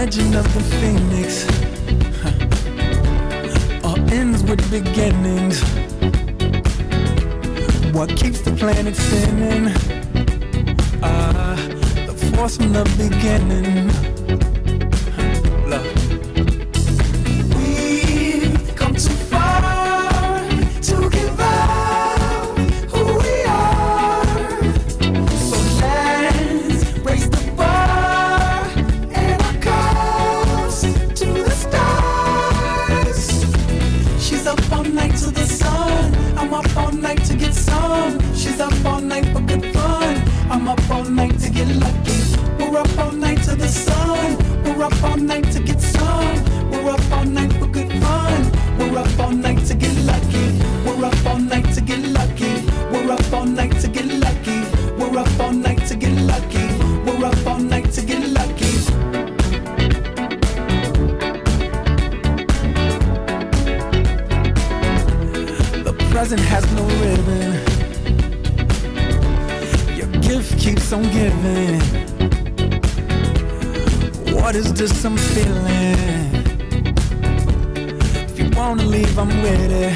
legend of the phoenix all ends with beginnings. What keeps the planet spinning? The force from the beginning. Love. We've come too far to give up who we are. So let's raise the bar and our cups to the stars. She's up all night to the sun. I'm up all night to get some. She's up all night for good fun. I'm up all night to get lucky. We're up all night to the sun. We're up all night to get some. We're up all night for good fun. We're up all night to get lucky. We're up all night to get lucky. We're up all night to get lucky. We're up all night to get lucky. We're up all night to get lucky. The present has no ribbon. Your gift keeps on giving. What is this I'm feeling? If you wanna leave, I'm with it.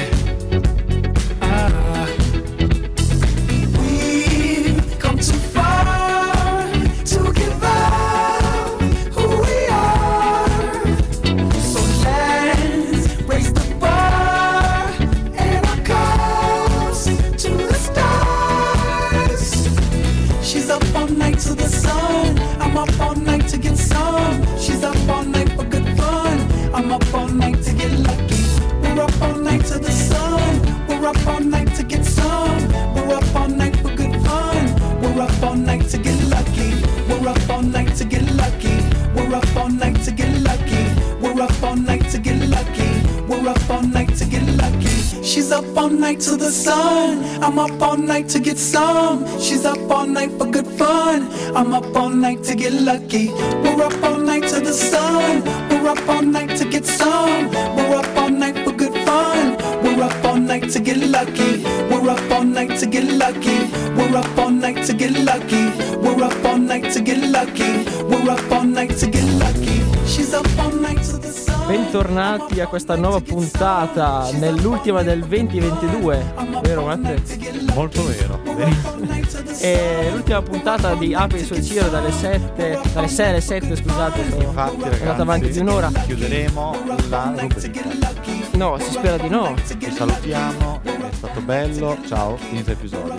We've come too far to give up who we are. So let's raise the bar and our cups to the stars. She's up all night to the sun. I'm up all night to get some. She's up all night for good fun. I'm up all night to get lucky. We're up all night to the sun. We're up all night to get some. We're up all night for good fun. We're up all night to get lucky. We're up all night to get lucky. We're up all night to get lucky. We're up all night to get lucky. We're up all night to get lucky. She's up all night to the sun. I'm up all night to get some. She's up all night for good fun. I'm up all night to get lucky. We're up all night to the sun. We're up all night to get some. We're up all night for good fun. We're up all night to get lucky. We're up all night to get lucky. We're up all night to get lucky. We're up all night to get lucky. We're up all night to get lucky. She's up all night to the sun. Bentornati a questa nuova puntata, nell'ultima del 2022, vero Matte? Molto vero. E l'ultima puntata di Apri il suo giro dalle 6 alle 7, scusate, Infatti, ragazzi, andata avanti di un'ora. Chiuderemo la rubrica. No, si spera di no. Ci salutiamo, è stato bello. Ciao, finito l'episodio.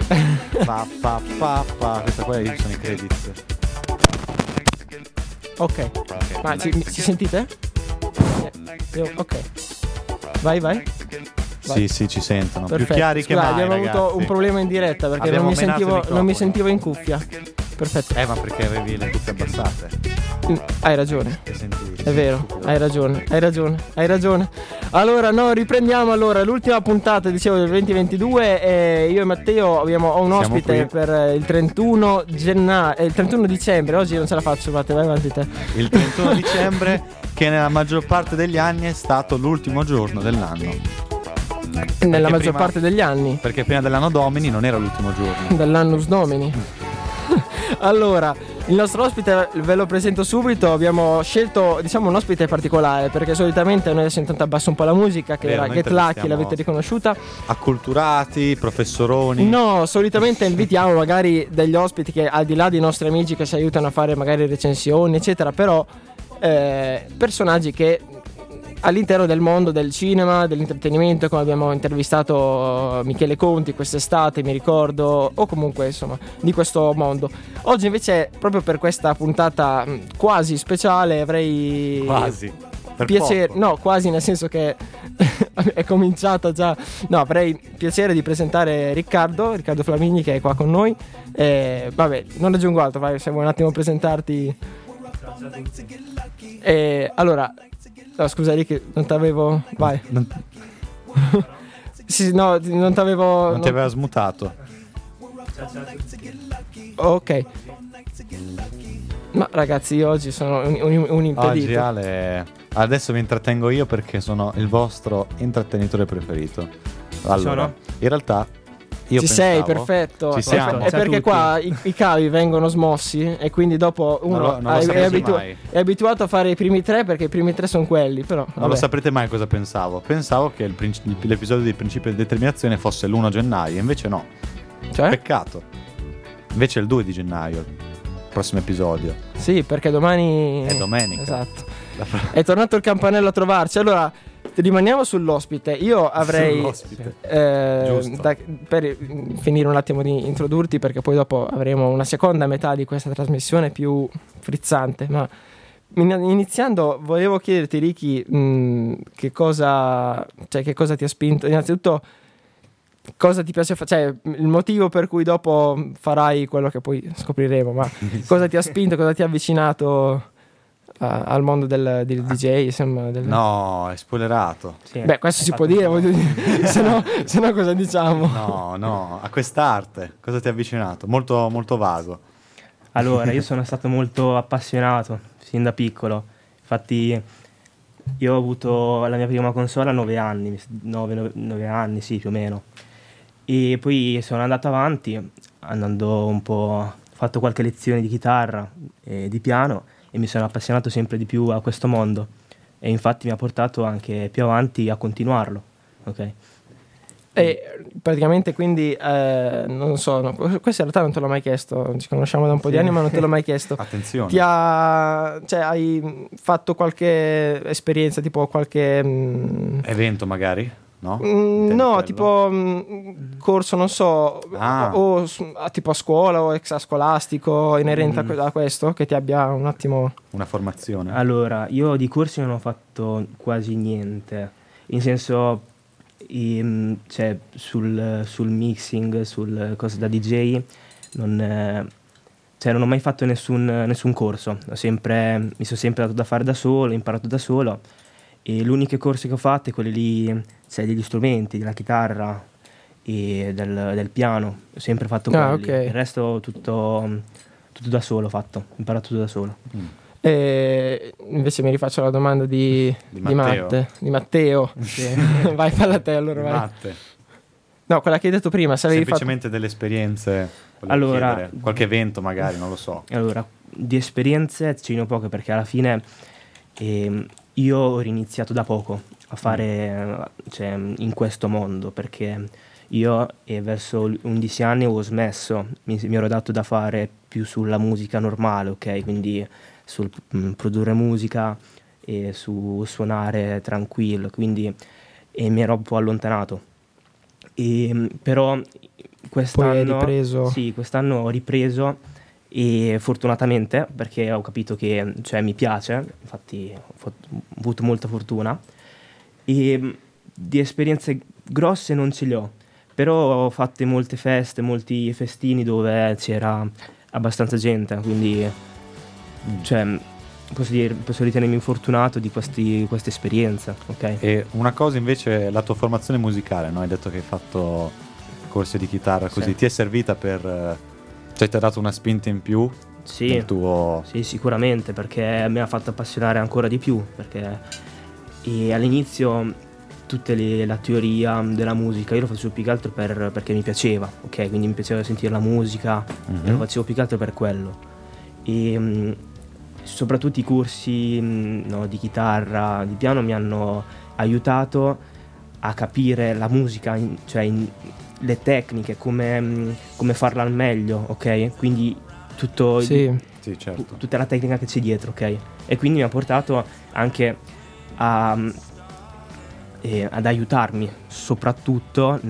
Questa qua sono i credits. Ok, ma ci sentite? Ok, vai. Sì, ci sentono. Perfetto. Più chiari che mai, abbiamo ragazzi. avuto un problema in diretta perché non mi sentivo in cuffia. Perfetto. Ma perché avevi le cuffie abbassate? Hai ragione. Che sentivi? È vero, hai ragione. Allora, riprendiamo l'ultima puntata, dicevo, del 2022 e io e Matteo ho un ospite per il 31 dicembre. Oggi non ce la faccio, Matteo, vai avanti te. Il 31 dicembre, che nella maggior parte degli anni è stato l'ultimo giorno dell'anno. Nella maggior parte degli anni. Perché prima dell'anno Domini non era l'ultimo giorno. Dell'annus Domini. Allora, il nostro ospite ve lo presento subito. Abbiamo scelto, un ospite particolare perché solitamente noi adesso intanto abbasso un po' la musica, che era Get Lucky, l'avete riconosciuta. Acculturati, professoroni. No, solitamente invitiamo magari degli ospiti che al di là dei nostri amici che ci aiutano a fare magari recensioni eccetera, però personaggi che all'interno del mondo del cinema, dell'intrattenimento, come abbiamo intervistato Michele Conti quest'estate, mi ricordo, o comunque insomma di questo mondo. Oggi invece, proprio per questa puntata quasi speciale, avrei piacere, quasi nel senso che è cominciata già. No, avrei piacere di presentare Riccardo Flamigni, che è qua con noi. Vabbè, non aggiungo altro, vai, se vuoi un attimo presentarti. Allora, no, scusa Rick, non t'avevo. Vai. Sì, no, non t'avevo. Non ti aveva smutato. Ok. Ma ragazzi, io oggi sono un impedito. Oggi Ale, adesso vi intrattengo io perché sono il vostro intrattenitore preferito. Allora, in realtà Io Ci sei, pensavo- perfetto. Ci siamo. È perché qua i cavi vengono smossi e quindi dopo uno Non lo saprete mai. è abituato a fare i primi 3 perché i primi 3 sono quelli, però Non vabbè. lo saprete mai cosa pensavo. Pensavo che l'episodio di Principio di Determinazione fosse l'1 gennaio, invece no. Cioè? Peccato. Invece è il 2 di gennaio, il prossimo episodio. Sì, perché domani È domenica. Esatto. La- È tornato il campanello a trovarci. Allora, rimaniamo sull'ospite. Io avrei Sull'ospite. Giusto. per finire un attimo di introdurti, perché poi dopo avremo una seconda metà di questa trasmissione più frizzante, ma iniziando volevo chiederti, Ricky, che cosa ti ha spinto innanzitutto, cosa ti piace cioè il motivo per cui dopo farai quello che poi scopriremo, ma cosa ti ha spinto, cosa ti ha avvicinato al mondo del DJ, insomma, No, è spoilerato. Sì, Beh, questo si hai può fatto dire, bene. voglio dire. se no cosa diciamo? No, a quest'arte. Cosa ti ha avvicinato? Molto, molto vago. Allora, io sono stato molto appassionato sin da piccolo. Infatti, io ho avuto la mia prima console a 9 anni, 9 anni, sì, più o meno. E poi sono andato avanti, andando un po', ho fatto qualche lezione di chitarra e di piano e mi sono appassionato sempre di più a questo mondo. E infatti mi ha portato anche più avanti a continuarlo, ok? E praticamente quindi non so, no, questo in realtà non te l'ho mai chiesto, ci conosciamo da un po' di anni ma non te l'ho mai chiesto. Attenzione. Cioè, hai fatto qualche esperienza, tipo qualche Evento magari? No? Intendi no, quello? tipo corso, non so, Ah. tipo a scuola o extrascolastico inerente a questo, che ti abbia un attimo. Una formazione. Allora, io di corsi non ho fatto quasi niente, in senso, cioè, sul mixing, sul cose da DJ, cioè, non ho mai fatto nessun corso, mi sono sempre dato da fare da solo, ho imparato da solo, e le uniche corsi che ho fatto è quelli lì, cioè, degli strumenti, della chitarra e del piano, ho sempre fatto quelli. Ok. Il resto tutto da solo ho fatto, ho imparato tutto da solo. E invece mi rifaccio la domanda di Matteo. Di Matteo. Vai, falla a te allora, vai. Matte. No, quella che hai detto prima, se avevi fatto. Semplicemente delle esperienze. volevo Allora- chiedere. Qualche evento magari, non lo so. Allora, di esperienze ce ne ho poche perché alla fine io ho riniziato da poco a fare, cioè, in questo mondo, perché io verso gli 11 anni ho smesso, mi ero dato da fare più sulla musica normale, ok? Quindi sul produrre musica e su suonare tranquillo, quindi mi ero un po' allontanato. Però quest'anno, Poi hai ripreso. sì, quest'anno ho ripreso, e fortunatamente, perché ho capito che, cioè, mi piace, infatti ho avuto molta fortuna, e di esperienze grosse non ce le ho, però ho fatto molte feste, molti festini dove c'era abbastanza gente, quindi, cioè, posso ritenermi fortunato di queste esperienze, ok? E una cosa invece, la tua formazione musicale, no? Hai detto che hai fatto corsi di chitarra così. Sì. Ti è servita per. Cioè, ti ha dato una spinta in più Sì. nel tuo. Sì, sicuramente, perché mi ha fatto appassionare ancora di più, perché all'inizio la teoria della musica io lo facevo più che altro perché mi piaceva, ok? Quindi mi piaceva sentire la musica e lo facevo più che altro per quello. E soprattutto i corsi no, di chitarra, di piano mi hanno aiutato a capire la musica, cioè le tecniche, come farla al meglio, ok? Quindi tutto Sì. Sì, certo. tutta la tecnica che c'è dietro, ok? E quindi mi ha portato anche ad aiutarmi soprattutto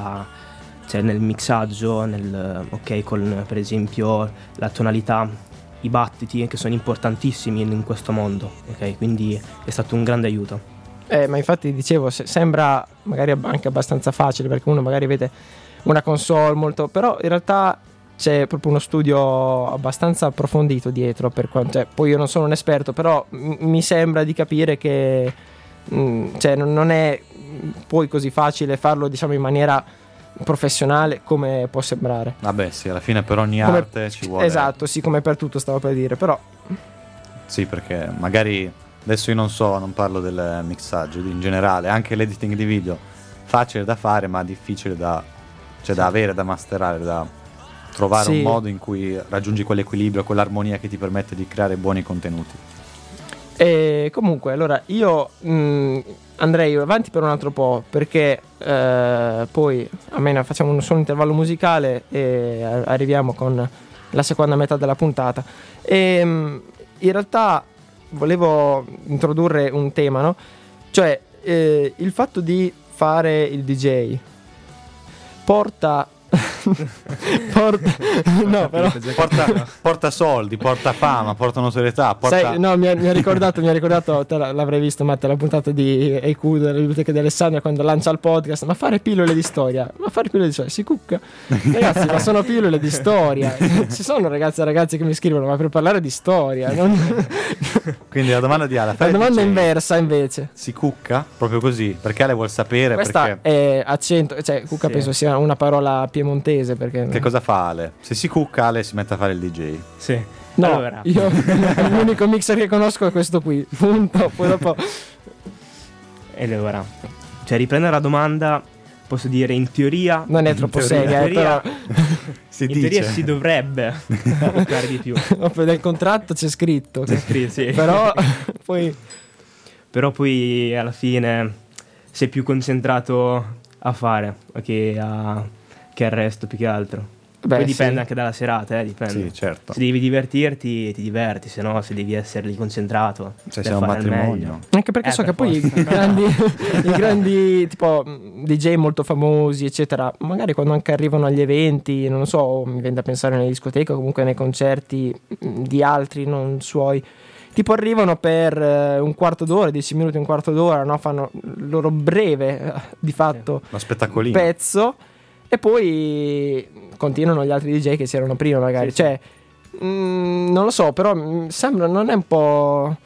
nel mixaggio, ok, con per esempio la tonalità, i battiti, che sono importantissimi in questo mondo, ok? Quindi è stato un grande aiuto. Ma infatti dicevo, sembra magari anche abbastanza facile, perché uno magari vede una console molto, però in realtà c'è proprio uno studio abbastanza approfondito dietro, cioè, poi io non sono un esperto, però mi sembra di capire che cioè, non è poi così facile farlo, diciamo, in maniera professionale come può sembrare. Vabbè, sì, alla fine per ogni Come- arte ci vuole. Esatto, sì, come per tutto stavo per dire, però Sì, perché magari adesso io non parlo del mixaggio in generale, anche l'editing di video facile da fare ma difficile da cioè da avere, da masterare, da trovare Sì. un modo in cui raggiungi quell'equilibrio, quell'armonia che ti permette di creare buoni contenuti. E comunque, allora io andrei avanti per un altro po', perché poi almeno facciamo un solo intervallo musicale e arriviamo con la seconda metà della puntata. E in realtà volevo introdurre un tema, no? Cioè il fatto di fare il DJ porta no, però Porta soldi, porta fama, porta notorietà, porta... sai, no, mi ha ricordato, te l'avrai visto, Matte, la puntata di EQ delle biblioteche di Alessandria, quando lancia il podcast, ma fare pillole di storia si cucca, ragazzi, ma sono pillole di storia. Ci sono ragazzi e ragazzi che mi scrivono, ma per parlare di storia, Quindi la domanda di Ale, la domanda inversa invece. si cucca proprio così, perché Ale vuol sapere Questa perché... è accento, cioè cucca Sì. penso sia una parola piemontese, perché Che cosa fa Ale? Se si cucca Ale si mette a fare il DJ. Sì. no, Allora, io l'unico mixer che conosco è questo qui, punto. Poi dopo e allora, cioè riprendere la domanda, posso dire in teoria non è troppo teoria. seria, in teoria, però Si in dice. teoria si dovrebbe fare di più. dopo nel contratto c'è scritto Sì. però Però poi alla fine sei più concentrato a fare che al resto, più che altro. beh, Poi dipende sì. anche dalla serata, dipende. Sì, certo. Se devi divertirti, ti diverti, se no, se devi essere lì concentrato. Se per sei un fare il matrimonio. meglio. Anche perché so per che poi forza. i grandi tipo DJ molto famosi eccetera, magari quando anche arrivano agli eventi, non lo so, mi viene da pensare nelle discoteche o comunque nei concerti di altri non suoi, tipo arrivano per un quarto d'ora, 10 minuti, un quarto d'ora, no? Fanno il loro breve di fatto Lo spettacolino. pezzo e poi continuano gli altri DJ che c'erano prima magari. Sì, sì. Cioè non lo so, però sembra, non è un po'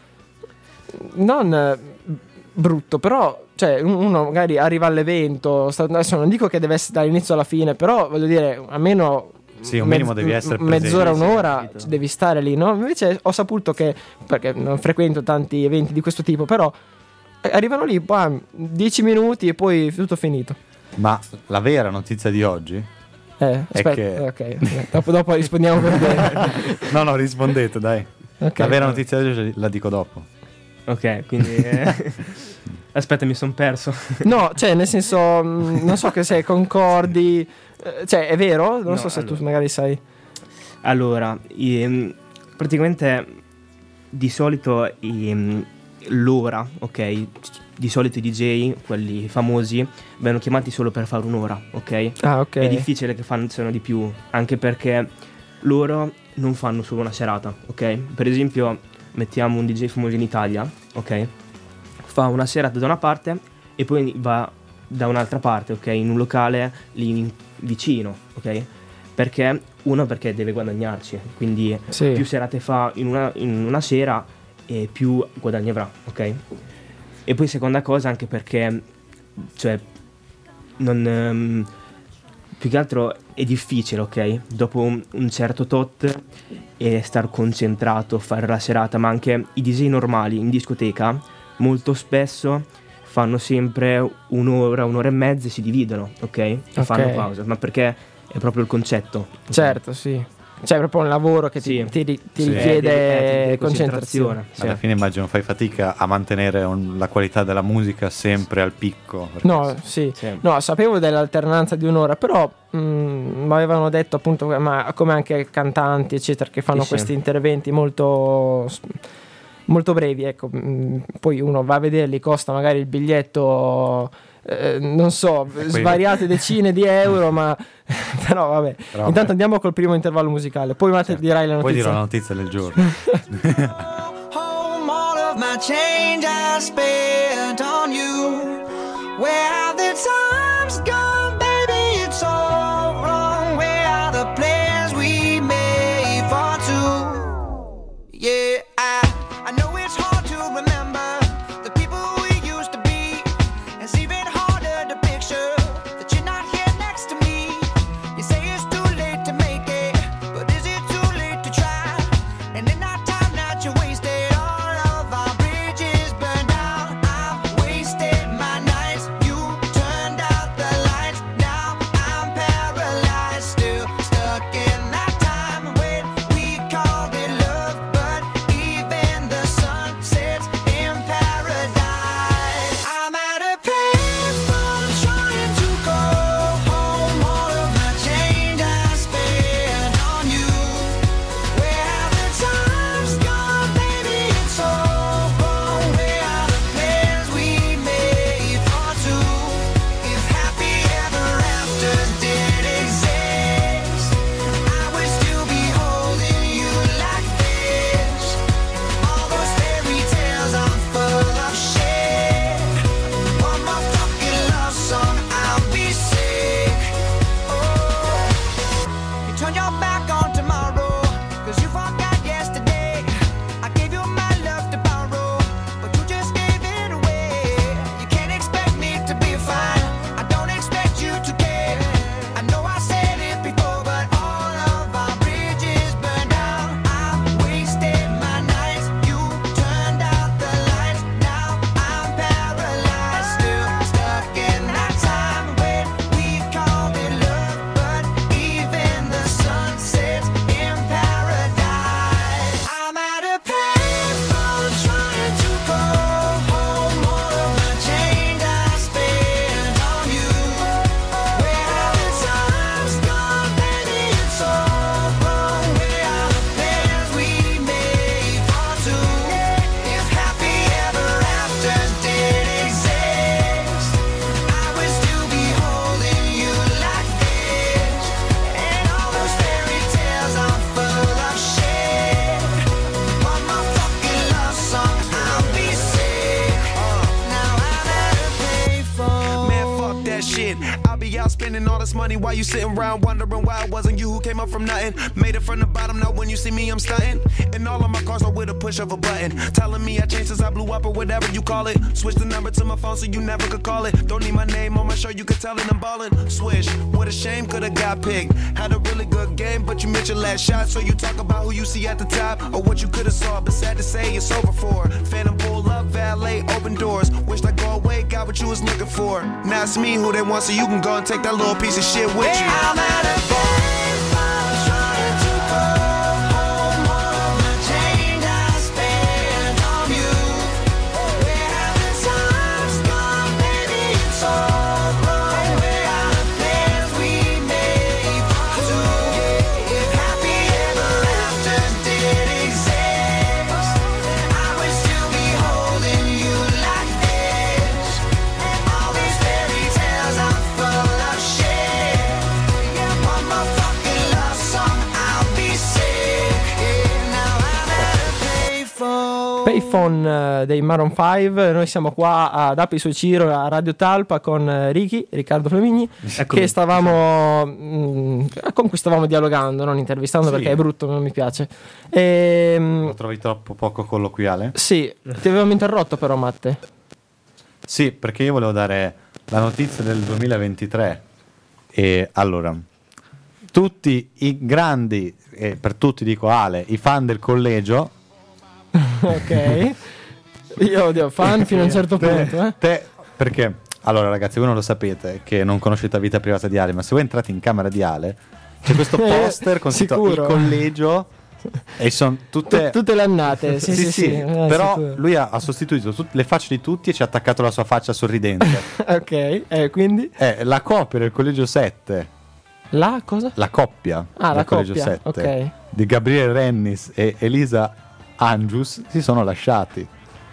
non brutto, però cioè uno magari arriva all'evento, adesso non dico che deve essere dall'inizio alla fine, però voglio dire almeno Sì, un minimo devi essere presente. mezz'ora, Sì, un'ora capito. devi stare lì, no? Invece ho saputo che, perché non frequento tanti eventi di questo tipo, però arrivano lì, bam, 10 minuti e poi tutto finito. Ma la vera notizia di oggi? Aspetta, che- ok, dopo rispondiamo per bene. No, rispondete, dai. Ok. La vera notizia di oggi la dico dopo. Ok, quindi... Aspetta, mi sono perso. No, cioè nel senso, non so che se concordi, cioè è vero? Non No, so se allora. tu magari sai. Allora, praticamente di solito l'ora, ok? Di solito i DJ, quelli famosi, vengono chiamati solo per fare un'ora, ok? Ah, ok. È difficile che facciano di più, anche perché loro non fanno solo una serata, ok? Per esempio, mettiamo un DJ famoso in Italia, ok? Fa una serata da una parte e poi va da un'altra parte, ok? In un locale lì vicino, ok? Perché deve guadagnarci, quindi Sì. più serate fa in una sera e più guadagni avrà, ok? E poi seconda cosa anche perché, cioè, non... più che altro è difficile, ok? Dopo un certo tot e star concentrato, fare la serata, ma anche i DJ normali in discoteca molto spesso fanno sempre un'ora e mezza e si dividono, ok? E Ok. fanno pausa, ma perché è proprio il concetto. ok? Certo, sì. C'è proprio un lavoro che ti, Sì. ti Sì. richiede concentrazione. Sì. Alla fine immagino fai fatica a mantenere la qualità della musica sempre al picco. perché No, sì. Sì. No, sapevo dell'alternanza di un'ora, però mi avevano detto appunto, ma come anche cantanti, eccetera, che fanno Sì, sì. questi interventi molto brevi, ecco. Poi uno va a vederli, costa magari il biglietto, non so, svariate decine di euro, ma però vabbè. Però, Intanto andiamo col primo intervallo musicale, poi Matte certo. dirai la Poi dirò notizia. la notizia del giorno. Home, all of my change I spent on you. Where have the times gone, baby? It's all wrong. Where are the plans we made for two? Yeah, I know it's hard to remember the people we used to be. It's even harder to picture that you're not here next to me. You say it's too late to make it, but is it too late to try? And in that time that you wasted, all of our bridges burned out. I've wasted my nights, you turned out spending all this money while you sitting around wondering why it wasn't you who came up from nothing. Made it from the bottom, now when you see me I'm stunting. And all of my cars are with a push of a button, telling me I changed since I blew up or whatever you call it. Switch the number to my phone so you never could call it. Don't need my name on my show, you could tell it I'm ballin'. Swish, what a shame, could've got picked. Had a really good game, but you missed your last shot. So you talk about who you see at the top or what you could've saw, but sad to say it's over for. Phantom pull up, valet, open doors. Wished I go away, got what you was looking for. Now it's me who they want, so you can go and take that little piece of shit with you. I'm at a payphone, trying to call home all the change I spent on you. Where have the times gone, baby, it's all wrong. Where are the plans we made for two? If happy ever after did exist, I would still be holding you like this. And all these fairy tales are full of shit. One more fucking love song, I'll be sick. Now I'm at a payphone. Payphone dei Maroon 5. Noi siamo qua ad Api su Ciro a Radio Talpa con Riccardo Flamigni, Eccomi. che con cui stavamo dialogando, non intervistando, Sì. perché è brutto, non mi piace. Lo trovi troppo poco colloquiale? Sì, ti avevamo interrotto però, Matte. Sì, perché io volevo dare la notizia del 2023. E allora, tutti i grandi, e per tutti dico Ale, i fan del collegio, Ok. Io odio fan fino a un certo punto, perché allora ragazzi, voi non lo sapete che non conoscete la vita privata di Ale, ma se voi entrate in camera di Ale c'è questo poster con scritto il Sicuro. collegio e sono tutte Tutte le annate. Sì, però sicuro. lui ha sostituito le facce di tutti e ci ha attaccato la sua faccia sorridente. Ok, quindi È la coppia del collegio 7, la cosa? la coppia Ah, del la collegio coppia, 7 ok. di Gabriele Rennis e Elisa Angius si sono lasciati.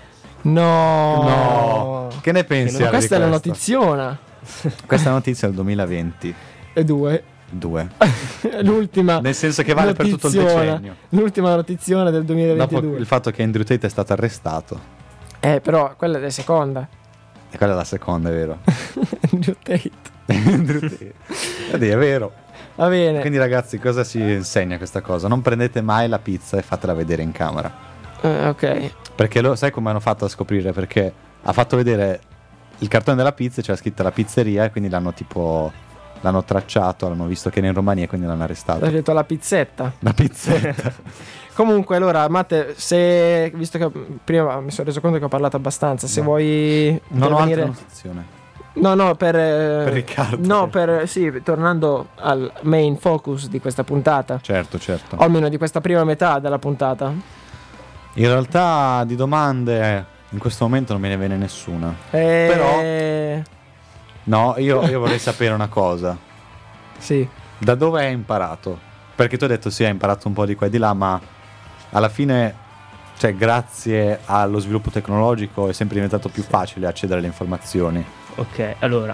No. Che ne pensi? Ma Ale, questa è la questo? notiziona. Questa è la notizia del 2022. E due. L'ultima. Nel senso che vale per tutto il notiziona. decennio. L'ultima notiziona del Dopo 2022. il fatto che Andrew Tate è stato arrestato. Però quella è la seconda. E quella è la seconda, è vero? Andrew Tate. Andrew Tate. Vedi, è vero. Va bene. Quindi ragazzi, cosa si insegna questa cosa? Non prendete mai la pizza e fatela vedere in camera. Ok. Perché sai come hanno fatto a scoprire? Perché ha fatto vedere il cartone della pizza e c'era scritta la pizzeria e quindi l'hanno tracciato, l'hanno visto che era in Romania e quindi l'hanno arrestato. Ho detto la pizzetta. La pizzetta. Comunque, allora, Matte, visto che prima mi sono reso conto che ho parlato abbastanza, se No. vuoi Non ho altra intervenire. notizione. No, per Riccardo. No, tornando al main focus di questa puntata, Certo. o almeno di questa prima metà della puntata. In realtà di domande in questo momento non me ne viene nessuna. No, io vorrei sapere una cosa. Sì. Da dove hai imparato? Perché tu hai detto sì, hai imparato un po' di qua e di là, ma alla fine, cioè, grazie allo sviluppo tecnologico è sempre diventato più facile accedere alle informazioni. Ok, allora,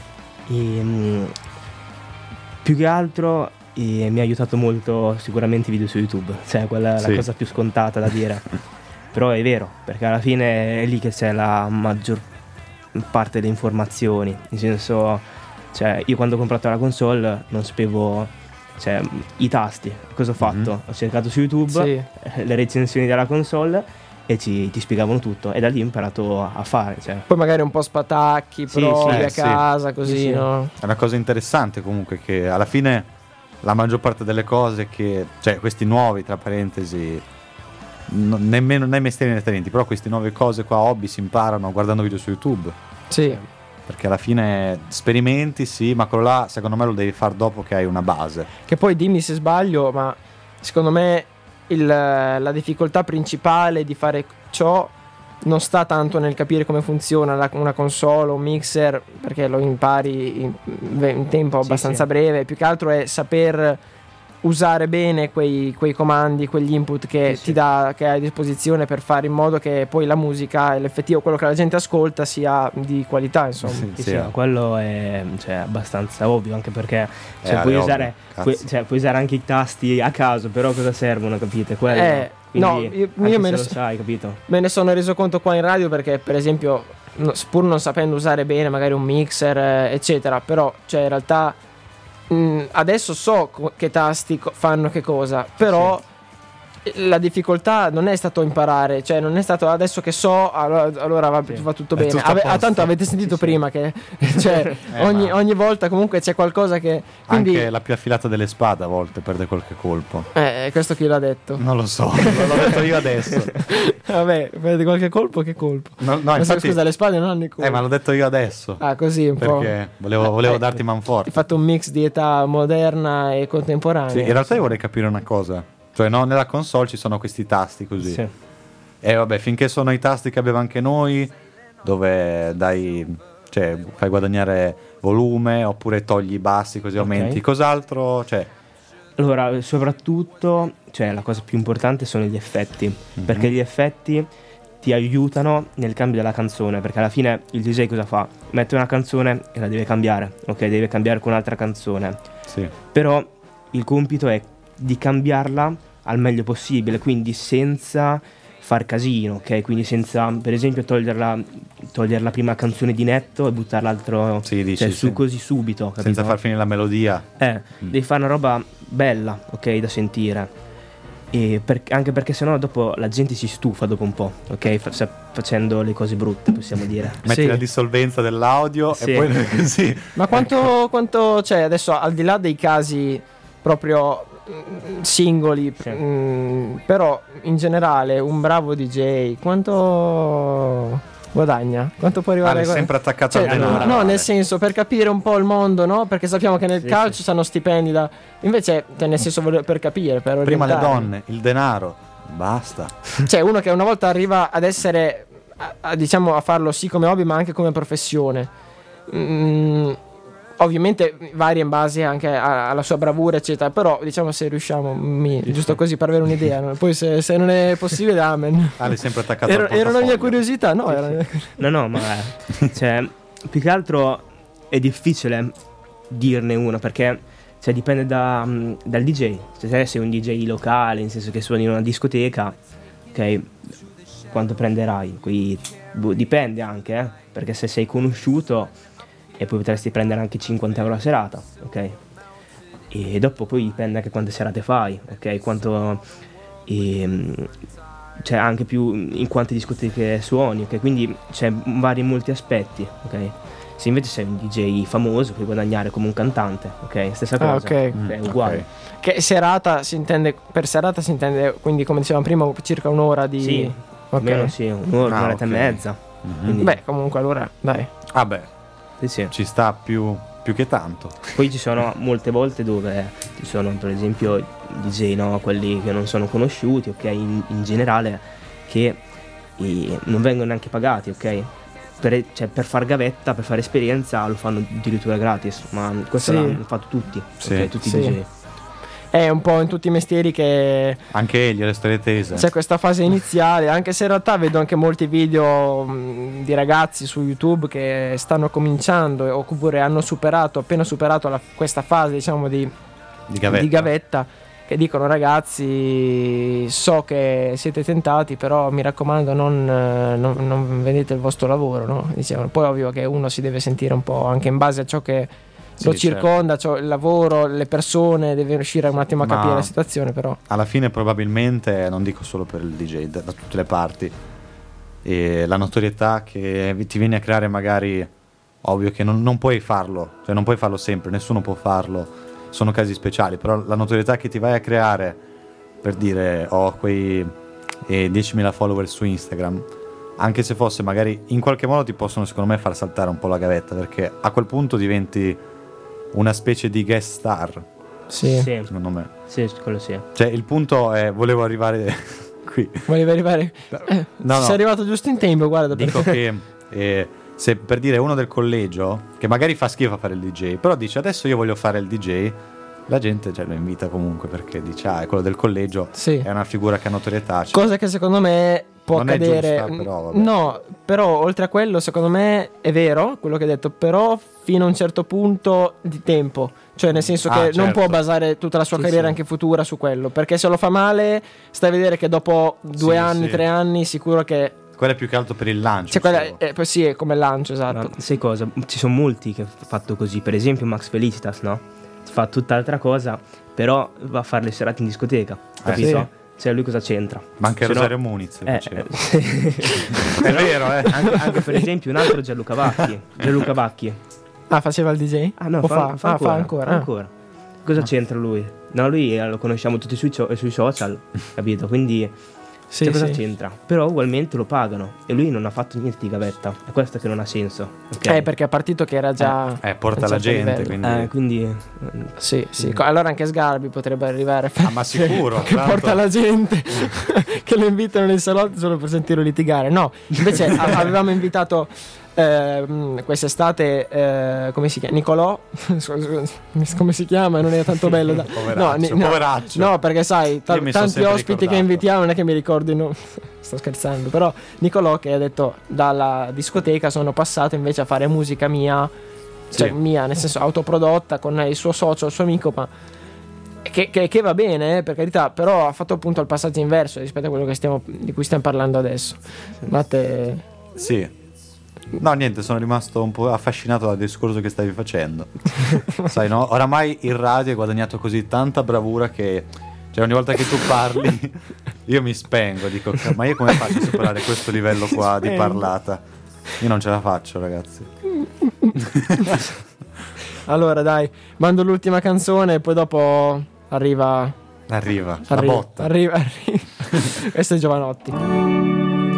più che altro mi ha aiutato molto sicuramente i video su YouTube, cioè quella è Sì. la cosa più scontata da dire, però è vero, perché alla fine è lì che c'è la maggior parte delle informazioni, nel senso, cioè io quando ho comprato la console non sapevo, cioè, i tasti, cosa ho fatto? Ho cercato su YouTube Sì. le recensioni della console e ti spiegavano tutto e da lì ho imparato a fare, cioè. Poi magari un po' spatacchi, Sì, provi sì. a casa, così, Sì, sì. no? È una cosa interessante comunque che alla fine la maggior parte delle cose che, cioè questi nuovi, tra parentesi, nemmeno né mestieri né talenti, però queste nuove cose qua, hobby, si imparano guardando video su YouTube. Sì. Perché alla fine sperimenti, sì, ma quello là secondo me lo devi fare dopo che hai una base. Che poi dimmi se sbaglio, ma secondo me la difficoltà principale di fare ciò non sta tanto nel capire come funziona una console o un mixer, perché lo impari in tempo abbastanza sì. breve, più che altro è saper usare bene quei comandi, quegli input che ti dà, che hai a disposizione, per fare in modo che poi la musica e l'effettivo, quello che la gente ascolta, sia di qualità, insomma. Sì, quello è, cioè, abbastanza ovvio, anche perché puoi ovvio, usare puoi usare anche i tasti a caso, però cosa servono, capite? Quello. Quindi, no, io me ne lo sai, capito? Me ne sono reso conto qua in radio, perché per esempio, pur non sapendo usare bene magari un mixer, eccetera, però cioè in realtà adesso so che tasti fanno che cosa, però la difficoltà non è stato imparare, cioè non è stato adesso che so, allora va tutto bene. tutto a posto. Tanto avete sentito prima che cioè, ogni volta comunque c'è qualcosa che, quindi, anche la più affilata delle spade a volte perde qualche colpo. questo chi l'ha detto? Non lo so, l'ho detto io adesso. Vabbè, perde qualche colpo, che colpo? No, Ma infatti, scusa, le spade non hanno i colpi. ma l'ho detto io adesso. Così un po'. Perché volevo darti manforte. Hai fatto un mix di età moderna e contemporanea. Sì, in realtà io vorrei capire una cosa. Cioè, no, nella console ci sono questi tasti così. Sì. E vabbè, finché sono i tasti che aveva anche noi, dove cioè, fai guadagnare volume, oppure togli i bassi così aumenti. Cos'altro? Cioè, Allora, soprattutto, cioè, la cosa più importante sono gli effetti, perché gli effetti ti aiutano nel cambio della canzone, perché alla fine il DJ cosa fa? Mette una canzone e la deve cambiare, ok? Deve cambiare con un'altra canzone. sì. Però il compito è di cambiarla al meglio possibile, quindi senza far casino, ok? Quindi senza, per esempio, togliere la prima canzone di netto e buttare l'altro, Sì, dici, cioè, su sì. così subito, capito? Senza far finire la melodia. Devi fare una roba bella, ok, da sentire. E anche perché sennò dopo la gente si stufa dopo un po', ok? Facendo le cose brutte, possiamo dire. Metti Sì. la dissolvenza dell'audio Sì. e poi così. Ma quanto c'è adesso, al di là dei casi proprio singoli, Sì. però in generale un bravo DJ quanto guadagna? Quanto può arrivare? È sempre attaccato Cioè, al denaro. no, nel senso, per capire un po' il mondo, no? Perché sappiamo che nel calcio stanno stipendi da... Invece, cioè, nel senso, per capire, per Prima le orientare. donne, il denaro, basta. Cioè, uno che una volta arriva ad essere, diciamo, a farlo sì come hobby, ma anche come professione. Ovviamente varia in base anche alla sua bravura, eccetera. Però, diciamo, se riusciamo, giusto così per avere un'idea, no? Poi se non è possibile, amen. Ale è sempre attaccato Era al una mia portafoglio. curiosità, no? No, ma cioè, più che altro è difficile dirne uno, perché cioè, dipende dal DJ. Cioè, se sei un DJ locale, nel senso che suoni in una discoteca, ok, quanto prenderai? Qui dipende anche, perché se sei conosciuto e poi potresti prendere anche 50 euro a serata, ok? E dopo poi dipende anche quante serate fai, ok? Quanto... cioè anche più in quante discoteche suoni, ok? Quindi c'è vari molti aspetti, ok? Se invece sei un DJ famoso puoi guadagnare come un cantante, ok? Stessa cosa, ok. è uguale. Ok. Che serata si intende, per serata si intende, quindi come dicevamo prima, circa un'ora di... Sì, ok. almeno sì, un'ora, un'oretta ok. e mezza. Quindi, Beh, comunque allora, dai. Vabbè, sì. ci sta più che tanto. Poi ci sono molte volte dove ci sono per esempio DJ, no? Quelli che non sono conosciuti, ok? In generale, che non vengono neanche pagati, ok? Per far gavetta, per fare esperienza lo fanno addirittura gratis, ma questo Sì. l'hanno fatto tutti, Sì. ok? Tutti Sì. i DJ. È un po' in tutti i mestieri che Anche egli, le storie tese. c'è questa fase iniziale, anche se in realtà vedo anche molti video di ragazzi su YouTube che stanno cominciando oppure hanno appena superato questa fase, diciamo, di gavetta, che dicono: ragazzi, so che siete tentati, però mi raccomando non vendete il vostro lavoro, no? Dicevano. Poi ovvio che uno si deve sentire un po' anche in base a ciò che lo Sì, circonda, cioè il lavoro, le persone, deve riuscire un attimo a Ma- capire la situazione, però. Alla fine probabilmente, non dico solo per il DJ, da tutte le parti, e la notorietà che ti viene a creare, magari, ovvio che non puoi farlo, cioè non puoi farlo sempre, nessuno può farlo, sono casi speciali, però la notorietà che ti vai a creare, per dire ho quei 10.000 follower su Instagram, anche se fosse magari in qualche modo ti possono secondo me far saltare un po' la gavetta, perché a quel punto diventi una specie di guest star, Sì. Sì, secondo me. sì, quello sì. Cioè il punto è, volevo arrivare qui. Volevi arrivare? No. Sei arrivato giusto in tempo, guarda. Dico perché- che se per dire uno del collegio che magari fa schifo a fare il DJ, però dice adesso io voglio fare il DJ, la gente lo invita comunque perché dice è quello del collegio, Sì. è una figura che ha notorietà. Cosa che secondo me può Non è accadere. giusta, però, vabbè. No, però oltre a quello secondo me è vero quello che hai detto, però fino a un certo punto di tempo, cioè nel senso che non certo. può basare tutta la sua Sì, carriera sì. anche futura su quello, perché se lo fa male stai a vedere che dopo 2 Sì, anni, sì. 3 anni sicuro che Quello è più che altro per il lancio. cioè, quella solo. poi sì, è come lancio, esatto. Ma sai cosa? Ci sono molti che hanno fatto così, per esempio Max Felicitas, no? Fa tutt'altra cosa, però va a fare le serate in discoteca, capito? sì. Cioè lui cosa c'entra? Ma anche Se no- Rosario Muniz faceva. Eh. È vero, anche per esempio un altro Gianluca Vacchi. Ah, faceva il DJ? Ah no, O fa ancora. ancora. Cosa c'entra lui? No, lui lo conosciamo tutti sui social, capito? Quindi Sì, cioè, cosa sì. c'entra? Però ugualmente lo pagano e lui non ha fatto niente di gavetta. È questo che non ha senso. Ok? Perché è partito che era già porta a un la certo gente, livello. quindi... Sì, sì. Allora anche Sgarbi potrebbe arrivare a fare. ma sicuro, Che tanto- porta la gente che lo invitano nei salotti solo per sentirlo litigare. No, invece avevamo invitato quest'estate, come si chiama? Nicolò. Come si chiama? Non è tanto bello. Poveraccio. No, perché sai, Io mi sono tanti sempre ospiti che ricordato. invitiamo non è che mi ricordi. No. Sto scherzando, però Nicolò che ha detto dalla discoteca sono passato invece a fare musica mia. Cioè Sì. mia, nel senso autoprodotta con il suo socio, il suo amico, ma che va bene, per carità, però ha fatto appunto il passaggio inverso rispetto a quello di cui stiamo parlando adesso. Matte, Sì. No, niente, sono rimasto un po' affascinato dal discorso che stavi facendo. Sai, no? Oramai il radio ha guadagnato così tanta bravura che cioè ogni volta che tu parli io mi spengo, dico ma io come faccio a superare questo livello qua di parlata? Io non ce la faccio, ragazzi. allora dai, mando l'ultima canzone e poi dopo arriva La botta. arriva. Questo è Giovanotti.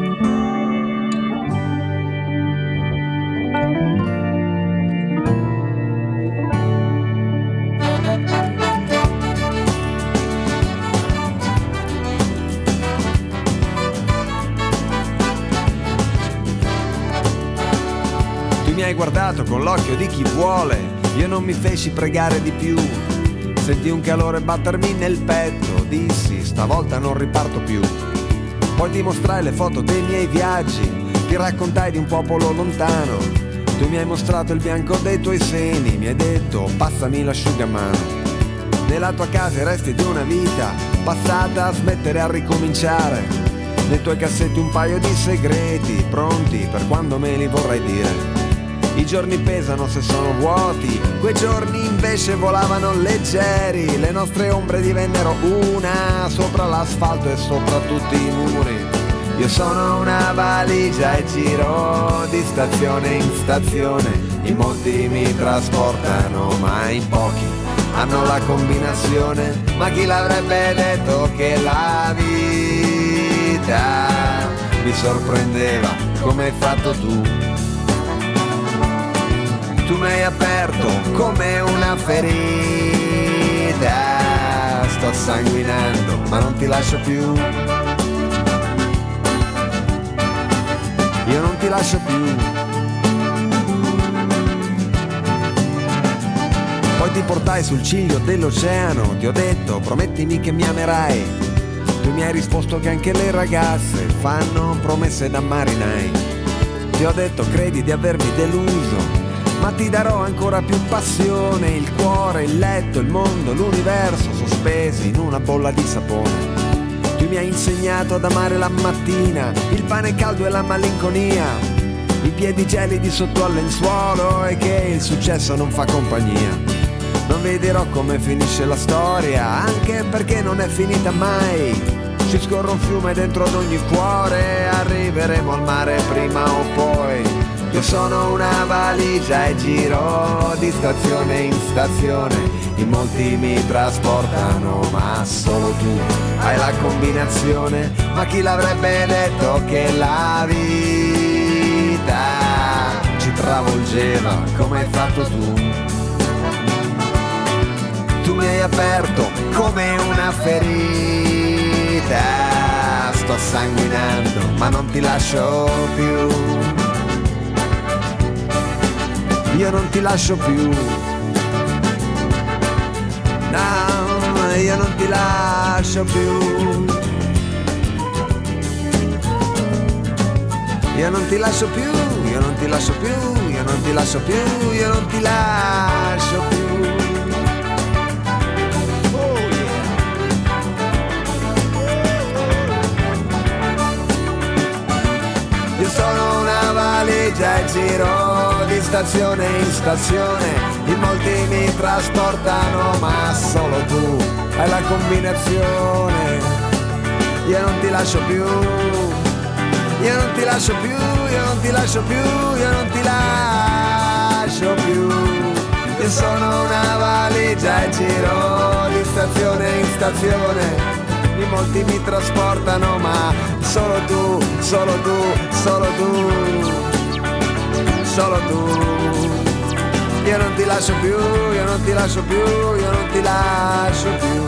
Tu mi hai guardato con l'occhio di chi vuole, io non mi feci pregare di più. Sentì un calore battermi nel petto, dissi stavolta non riparto più. Poi ti mostrai le foto dei miei viaggi, ti raccontai di un popolo lontano. Tu mi hai mostrato il bianco dei tuoi seni, mi hai detto passami l'asciugamano. Nella tua casa i resti di una vita passata a smettere a ricominciare. Nei tuoi cassetti un paio di segreti pronti per quando me li vorrai dire. I giorni pesano se sono vuoti, quei giorni invece volavano leggeri. Le nostre ombre divennero una sopra l'asfalto e sopra tutti i muri. Io sono una valigia e giro di stazione in stazione. In molti mi trasportano ma in pochi hanno la combinazione. Ma chi l'avrebbe detto che la vita mi sorprendeva come hai fatto tu. Tu mi hai aperto come una ferita. Sto sanguinando ma non ti lascio più. Io non ti lascio più. Poi ti portai sul ciglio dell'oceano. Ti ho detto promettimi che mi amerai. Tu mi hai risposto che anche le ragazze fanno promesse da marinai. Ti ho detto credi di avermi deluso, ma ti darò ancora più passione. Il cuore, il letto, il mondo, l'universo sospesi in una bolla di sapone. Tu mi hai insegnato ad amare la mattina, il pane caldo e la malinconia, i piedi gelidi sotto al lenzuolo e che il successo non fa compagnia. Non vi dirò come finisce la storia, anche perché non è finita mai. Ci scorre un fiume dentro ad ogni cuore, arriveremo al mare prima o poi. Io sono una valigia e giro di stazione in stazione. In molti mi trasportano ma solo tu hai la combinazione. Ma chi l'avrebbe detto che la vita ci travolgeva come hai fatto tu. Tu mi hai aperto come una ferita. Sto sanguinando ma non ti lascio più. Io non ti lascio più. No, io non ti lascio più. Io non ti lascio più, io non ti lascio più, io non ti lascio più, io non ti lascio più. Oh yeah. Io sono una valigia e giro di stazione in stazione, in molti mi trasportano ma solo tu hai la combinazione. Io non ti lascio più, io non ti lascio più, io non ti lascio più, io non ti lascio più. Io sono una valigia e giro di stazione in stazione, in molti mi trasportano ma solo tu, solo tu, solo tu, solo tu. Io non ti lascio più, io non ti lascio più, io non ti lascio più.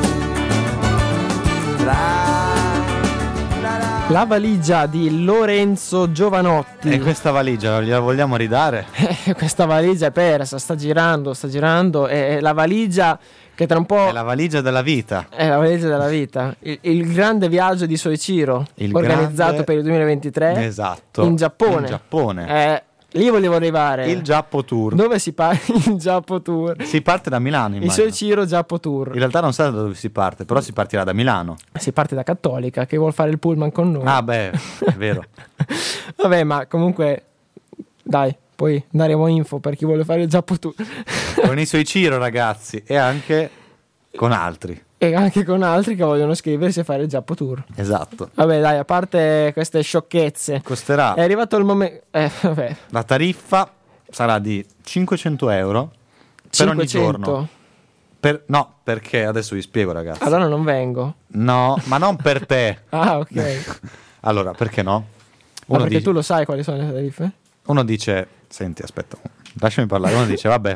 La valigia di Lorenzo Giovanotti. E questa valigia gliela vogliamo ridare? Questa valigia è persa, sta girando, è la valigia che tra un po'... È la valigia della vita. È la valigia della vita. Il grande viaggio di Soichiro, Il organizzato grande- per il 2023 Esatto. in Giappone. In Giappone. Lì volevo arrivare. Il Giappo Tour. Dove si parte? Il Giappo Tour. Si parte da Milano, Il immagino. Soichiro Giappo Tour. In realtà non sa da dove si parte, però si partirà da Milano. Si parte da Cattolica che vuol fare il pullman con noi. Ah beh, è vero. Vabbè, ma comunque dai, poi daremo info per chi vuole fare il Giappo Tour. Con i suoi Ciro, ragazzi, e anche con altri. E anche con altri che vogliono iscriversi e fare il Giappo Tour. Esatto. Vabbè, dai, a parte queste sciocchezze, Costerà, è arrivato il momento. Vabbè, la tariffa sarà di 500 euro per ogni 500. giorno. No, perché adesso vi spiego, ragazzi. Allora non vengo. No, ma non per te. Ah, ok. Allora, perché no? Ma Uno perché dice, tu lo sai quali sono le tariffe? uno dice, senti, aspetta, lasciami parlare. Uno dice, vabbè,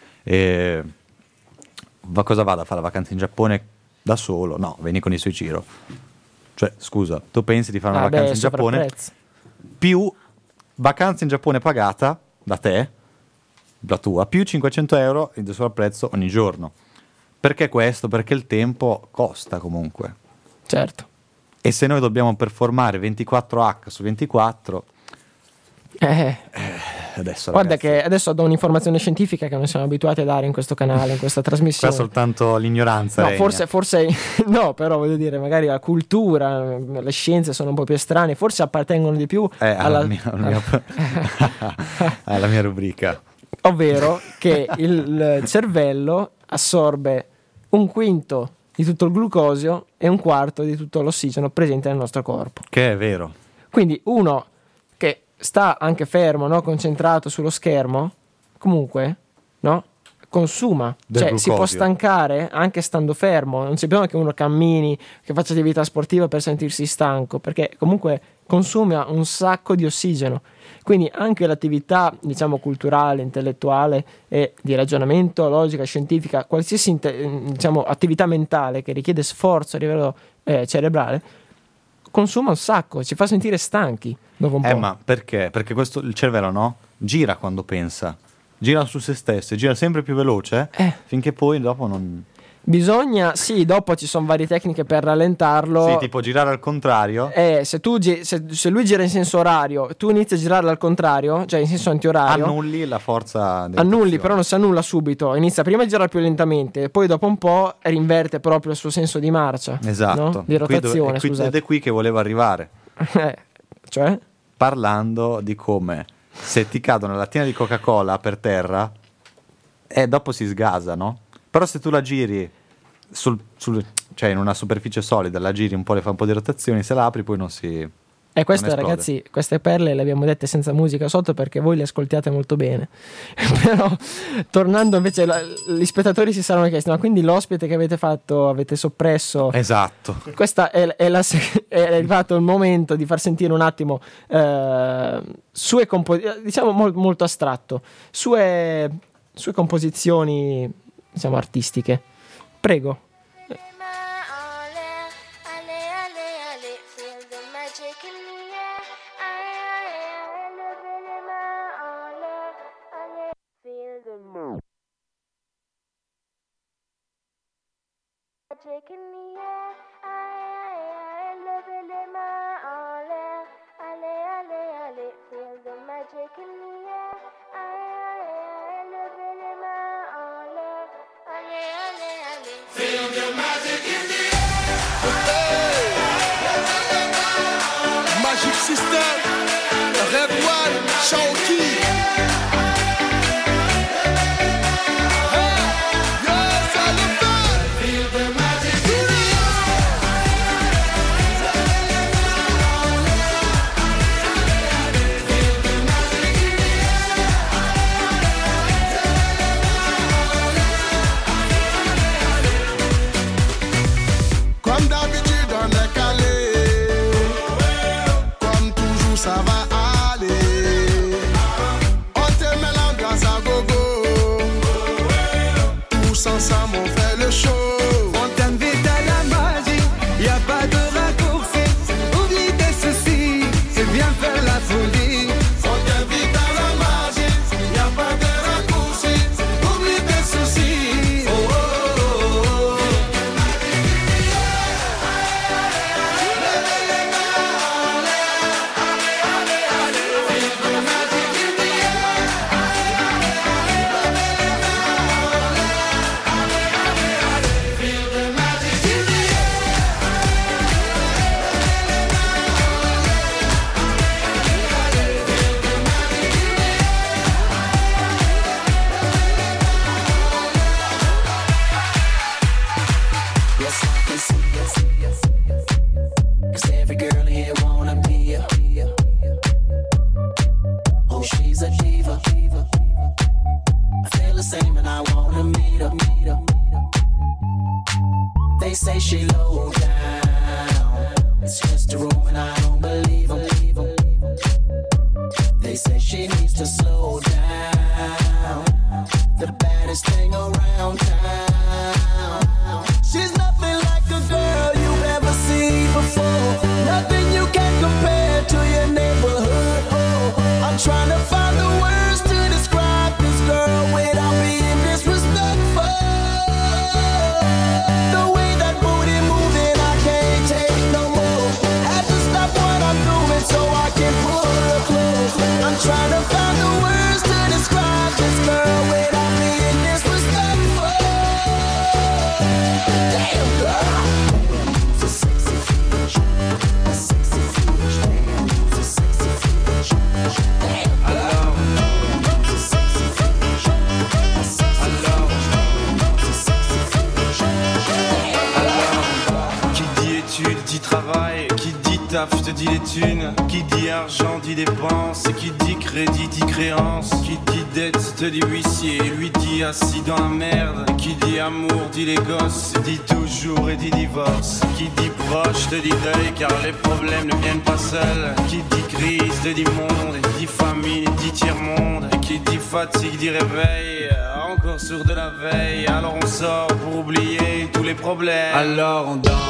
cosa vado a fare la vacanza in Giappone da solo? No, vieni con i suoi Ciro. Cioè, scusa, tu pensi di fare una vacanza in Giappone sovrapprezzo. più vacanza in Giappone pagata da te, la tua, più 500 euro di sovrapprezzo ogni giorno. Perché questo? Perché il tempo costa comunque. Certo. E se noi dobbiamo performare 24H su 24, adesso Guarda ragazzi, che adesso do un'informazione scientifica che non siamo abituati a dare in questo canale, in questa trasmissione. qua soltanto l'ignoranza No, regna. forse no, però voglio dire, magari la cultura, le scienze sono un po' più strane, forse appartengono di più alla mia rubrica. ovvero che il cervello assorbe un quinto di tutto il glucosio e un quarto di tutto l'ossigeno presente nel nostro corpo. Che è vero. Quindi uno che sta anche fermo, no, concentrato sullo schermo, comunque, no, consuma, Del cioè si può glucosio. stancare anche stando fermo, non c'è bisogno che uno cammini, che faccia attività sportiva per sentirsi stanco, perché comunque consuma un sacco di ossigeno. Quindi anche l'attività, diciamo, culturale, intellettuale e di ragionamento, logica, scientifica, qualsiasi diciamo, attività mentale che richiede sforzo a livello cerebrale, consuma un sacco, ci fa sentire stanchi dopo un po'. Ma perché? Perché il cervello, no? Gira quando pensa. Gira su se stesso, gira sempre più veloce finché poi dopo non... Bisogna, sì, dopo ci sono varie tecniche per rallentarlo. Sì, tipo girare al contrario. Se lui gira in senso orario, tu inizi a girare al contrario, cioè in senso antiorario. Annulli la forza di Annulli, rotazione. però non si annulla subito. Inizia prima a girare più lentamente, poi dopo un po' rinverte proprio il suo senso di marcia. Esatto. No? Di rotazione, ed scusate. è qui che volevo arrivare. Cioè? Parlando di come se ti cade una lattina di Coca-Cola per terra, dopo si sgasa, no? Però se tu la giri cioè in una superficie solida, la giri un po', le fa un po' di rotazioni, se la apri poi non si... E queste, non esplode. ragazzi, queste perle le abbiamo dette senza musica sotto perché voi le ascoltiate molto bene. Però, tornando invece, gli spettatori si saranno chiesti: ma quindi l'ospite che avete fatto, avete soppresso? Esatto. Questa è è arrivato il momento di far sentire un attimo sue composizioni, diciamo molto astratto, sue composizioni, diciamo, artistiche. Prego. magic in the air. Levez les mains en l'air. Allez, allez, allez, feel the magic in the air. Levez les mains en l'air. Allez, allez, allez. Feel the magic in the Magic System, Red One, Shaoki. Comme d'habitude on est calé, comme toujours ça va aller. On te met l'ambiance à gogo, tous ensemble on fait le show. On t'invite à la magie, y a pas de raccourci. Oublie tes soucis et viens faire la folie. On t'invite à la magie, y a pas de raccourci. Oublie tes soucis. Oh, oh, oh, oh. Yes, I can see, yes. 'Cause every girl here wanna be ya. Oh, she's a diva. I feel the same and I wanna meet her. They say she low down. It's just a room and I don't believe 'em. They say she needs to slow down. The baddest thing around town. She's nothing like a girl you've ever seen before. Nothing you can compare to your neighborhood. I'm trying to find the words to describe this girl without being disrespectful. The way that booty moving, I can't take no more. Had to stop what I'm doing so I can pull her close. I'm trying to find the words to describe this girl without being disrespectful. Damn girl. So sexy, sexy, damn, so sexy, damn girl. So sexy, Qui dit études dit travail, qui dit taf je te dis les thunes, qui dit argent dit dépenses, qui dit crédit dit créance, qui dit dette te dit huissier, lui dit assis dans la merde, qui dit amour dit les gosses, dit toujours et dit divorce, qui dit proche te dit deuil car les problèmes ne viennent pas seuls, qui dit crise te dit monde, et dit famine dit tiers-monde, et qui dit fatigue dit réveil, encore sourd de la veille, alors on sort pour oublier tous les problèmes, alors on danse.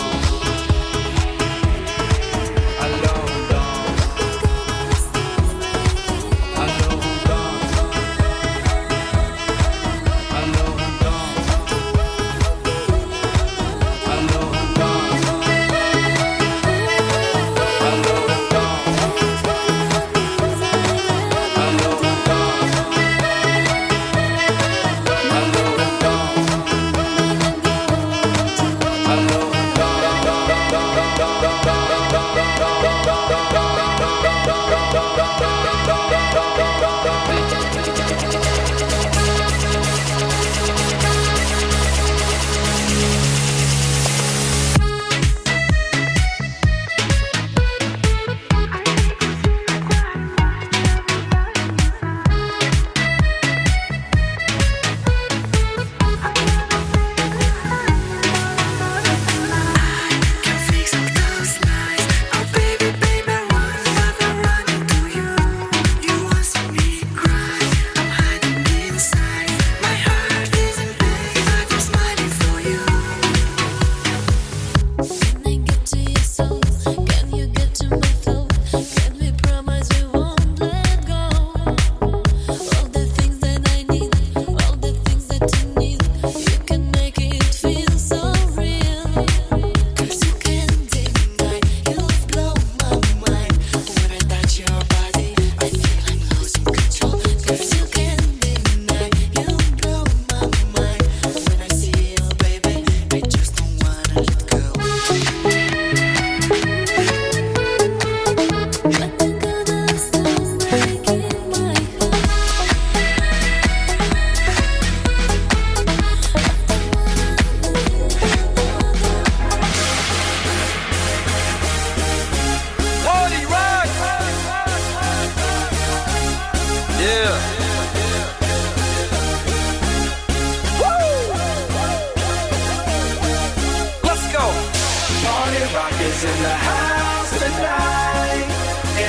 Alors on danse. Alors on danse. Alors on danse. Alors on danse. Alors on danse. Alors on danse. Alors on danse. Alors on danse.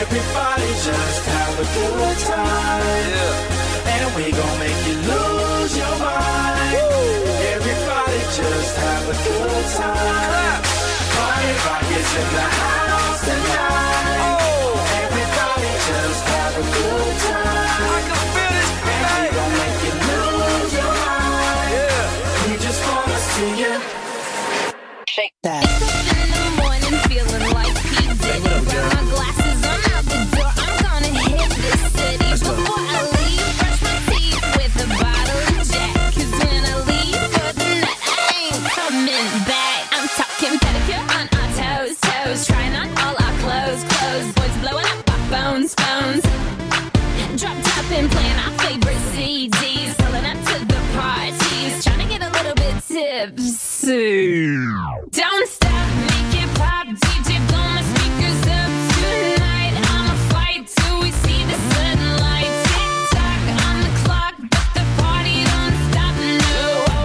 Everybody just have a good time. And we gon' make you lose your mind. Everybody just have a good time. Party rock is in the house tonight. Everybody just have a good time. I can feel this beat. And we gon' make you lose your mind. We just wanna see you shake that. In the morning feeling like P. Diddy. Grab my glasses, I'm out the door. I'm gonna hit this city. Before I leave, brush my teeth with a bottle of Jack. 'Cause when I leave for the night, I ain't coming back. I'm talking pedicure on our toes, toes. Trying on all our clothes, clothes. Boys blowing up our phones, phones. Drop top and playing our favorite CDs. Pulling up to the parties. Trying to get a little bit tipsy. Don't stop, make it pop. DJ, blow my speakers up tonight. I'ma fight till we see the sunlight. Tick tock on the clock, but the party don't stop. No.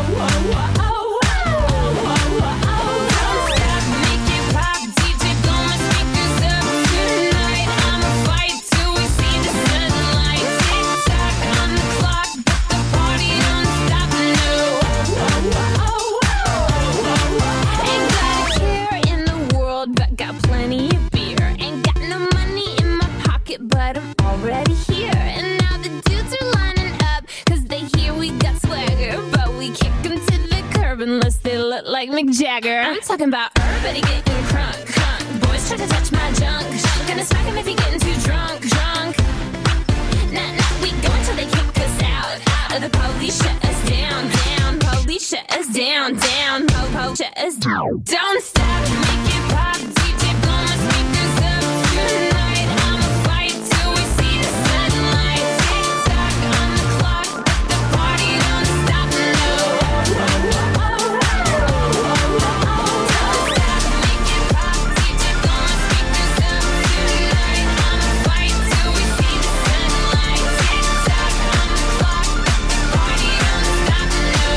Don't stop, make it pop. DJ, blow my speakers up tonight. I'ma fight till we see the sunlight. Tick tock on the clock, but the party don't stop. No. Ain't got a care in the world, but got plenty of beer. Ain't got no money in my pocket, but I'm already here. And now the dudes are lining up, 'cause they hear we got swagger. But we kick them to the curb unless they look like Mick Jagger. I'm talking about everybody getting crunk, crunk. Boys try to touch my junk, junk. Gonna smack him if he getting too drunk, drunk. Nah, nah, we go until they kick us out, out. The police shut us down, down. Police shut us down, down. Po, shut us down. Don't stop, make it pop. DJ, blow my speakers up tonight. I'ma fight till we see the sunlight. Tick tock on the clock, but the party don't stop. No. Don't stop, make it pop. DJ, blow my speakers up tonight. I'ma fight till we see the sunlight. Tick tock on the clock, but the party don't stop. No.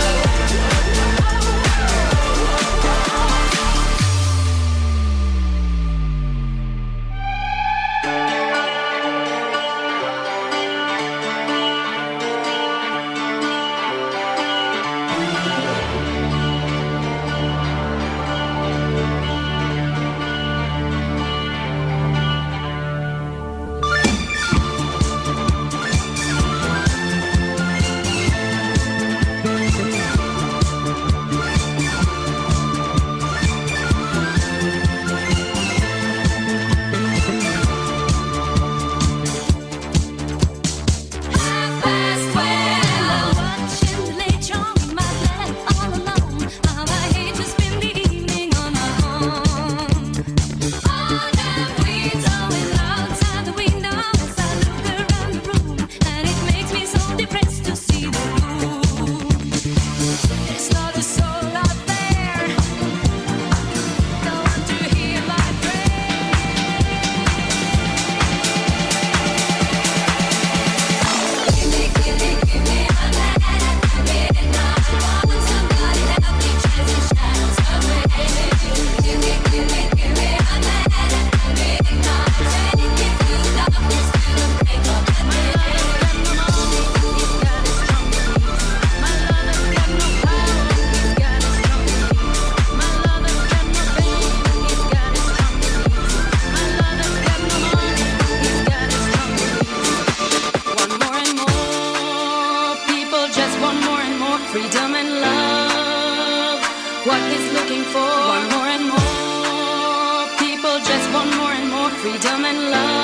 what he's looking for. Want more and more. People just want more and more freedom and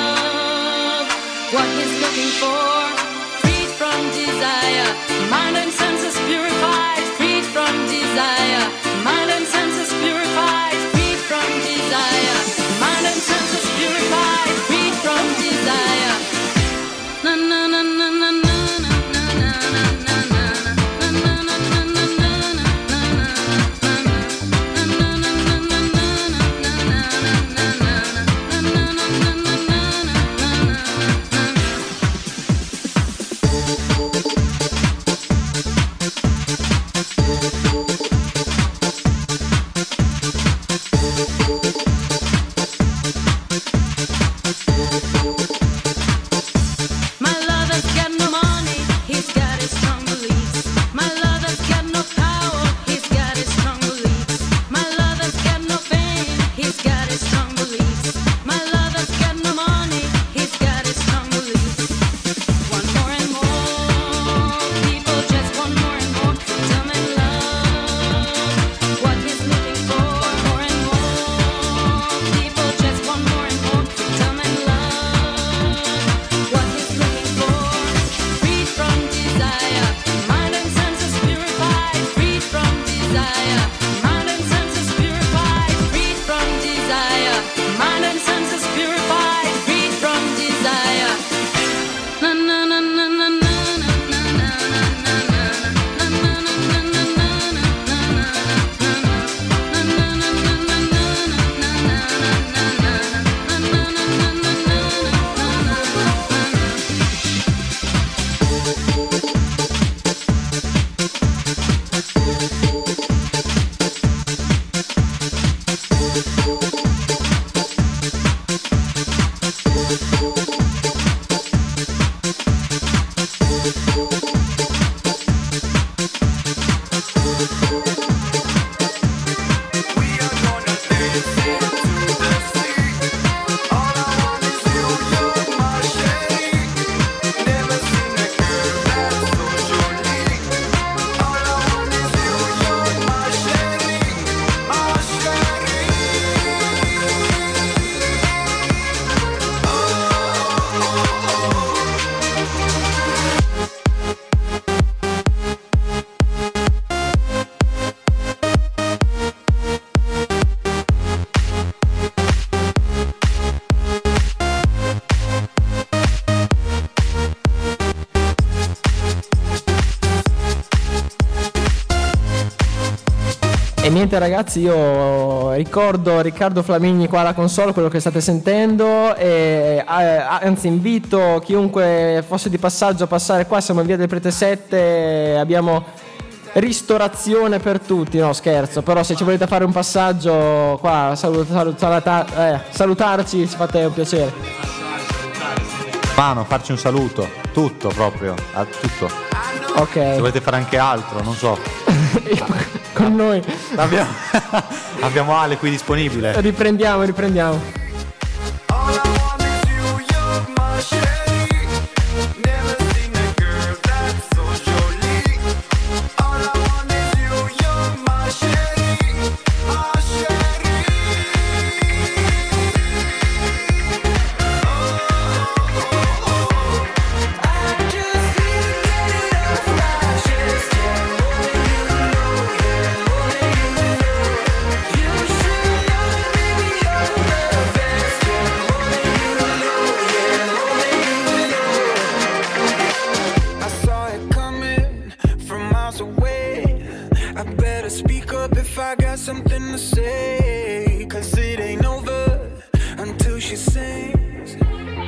love. What he's looking for. Freed from desire. Mind and senses purified. Freed from desire. Mind and senses purified. Freed from desire. Mind and senses purified. Freed from desire. Na na na na na na. niente ragazzi, io ricordo Riccardo Flamigni qua alla console, quello che state sentendo, e anzi invito chiunque fosse di passaggio a passare qua. Siamo in via del Prete 7, abbiamo ristorazione per tutti, no scherzo, però se ci volete fare un passaggio qua, salutarci, ci fate un piacere. Mano, farci un saluto, tutto proprio, a tutto. Ok. Se volete fare anche altro, non so. Con noi. Abbiamo Ale qui disponibile. Riprendiamo. All I want is you, you're my shade. Never seen a girl that's so jolie. All I want is you, you're my shade. My shade. I just need to get it off my chest. Yeah, more than you know, yeah, more than you know. You should know that baby you're the best. Yeah, more than you know, yeah, more than you know. I saw it coming from miles away. I better speak up if I got something to say. 'Cause it ain't over until she sings.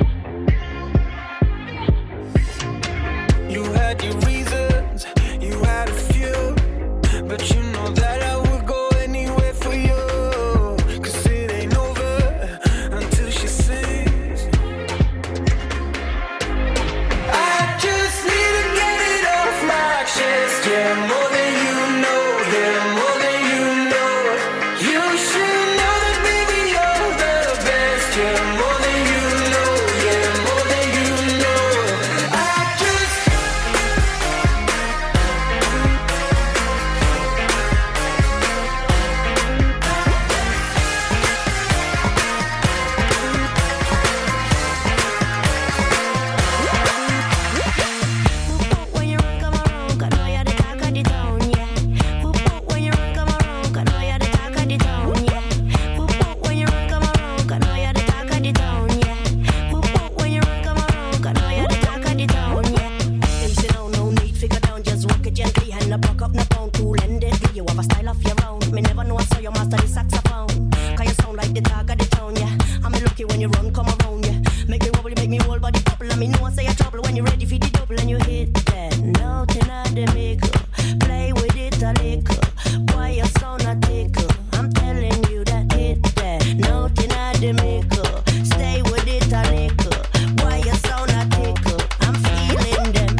You had your reasons, you had a few, but you know that I would go anywhere for you. 'Cause it ain't over until she sings. I just need to get it off my chest. Yeah, more than you know, yeah, more than you know. You should know that baby you're the best. Yeah, more than you know, yeah, more than you know. I just When you run, come around, 'cause know you're the talk of the town, yeah. When you run, come around, 'cause know you're the talk of the town, yeah. When you run, come around, 'cause know you're the talk of the town, yeah. When you run, come around, 'cause know you're the talk of the town, yeah. Them say no need figure down, just walk it gently and not buck up no pound, cool and deadly. You have a style of your own. Me never know I saw you master the saxophone. 'Cause you sound like the talk of the town, yeah. I'm lucky when you run, come around, yeah. Make me wobble, make me whole body bubble. And me know I say you trouble when you're ready for the double and you hit that note in the middle. Play with it a little. Why you sound a tickle? I'm telling you that hit that note in the middle. Stay with it a little. Why you sound a tickle? I'm feeling them.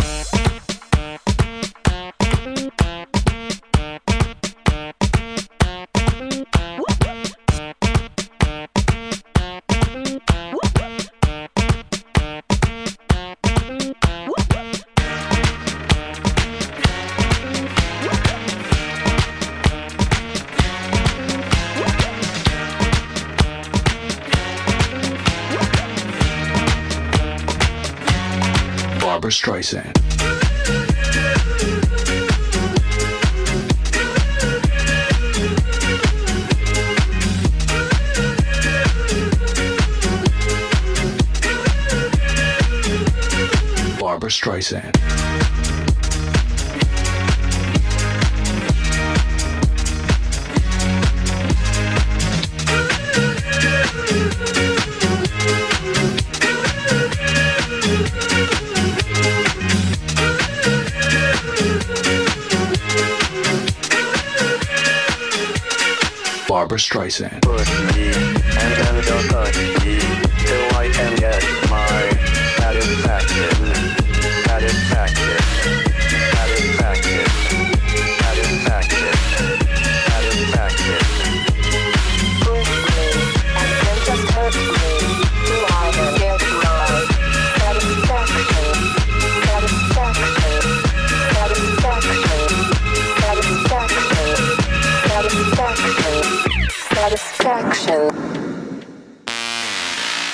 Barbra Streisand. Barbra Streisand. Barbra Streisand. Push me, and then don't touch me, till I can get my satisfaction. Satisfaction. Satisfaction. Satisfaction. Satisfaction. Push me, and then just touch me, till I can get my satisfaction. Satisfaction. Satisfaction. Satisfaction. Satisfaction. Satisfaction.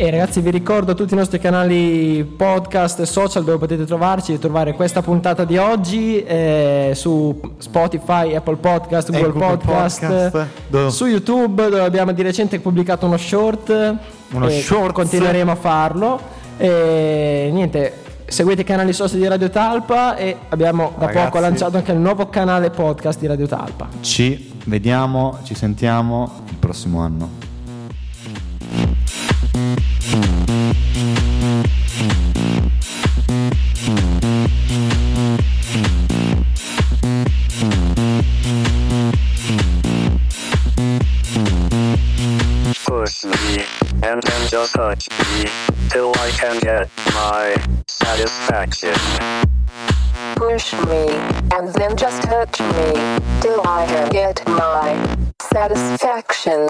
E ragazzi, vi ricordo tutti i nostri canali podcast e social dove potete trovare questa puntata di oggi, su Spotify, Apple Podcast, Google Podcast, su YouTube, dove abbiamo di recente pubblicato uno short. Continueremo a farlo. E niente, seguite i canali social di Radio Talpa, e abbiamo da poco lanciato anche il nuovo canale podcast di Radio Talpa. Ci vediamo, ci sentiamo il prossimo anno. Push me, and then just touch me, till I can get my satisfaction. Push me, and then just touch me, till I can get my satisfaction.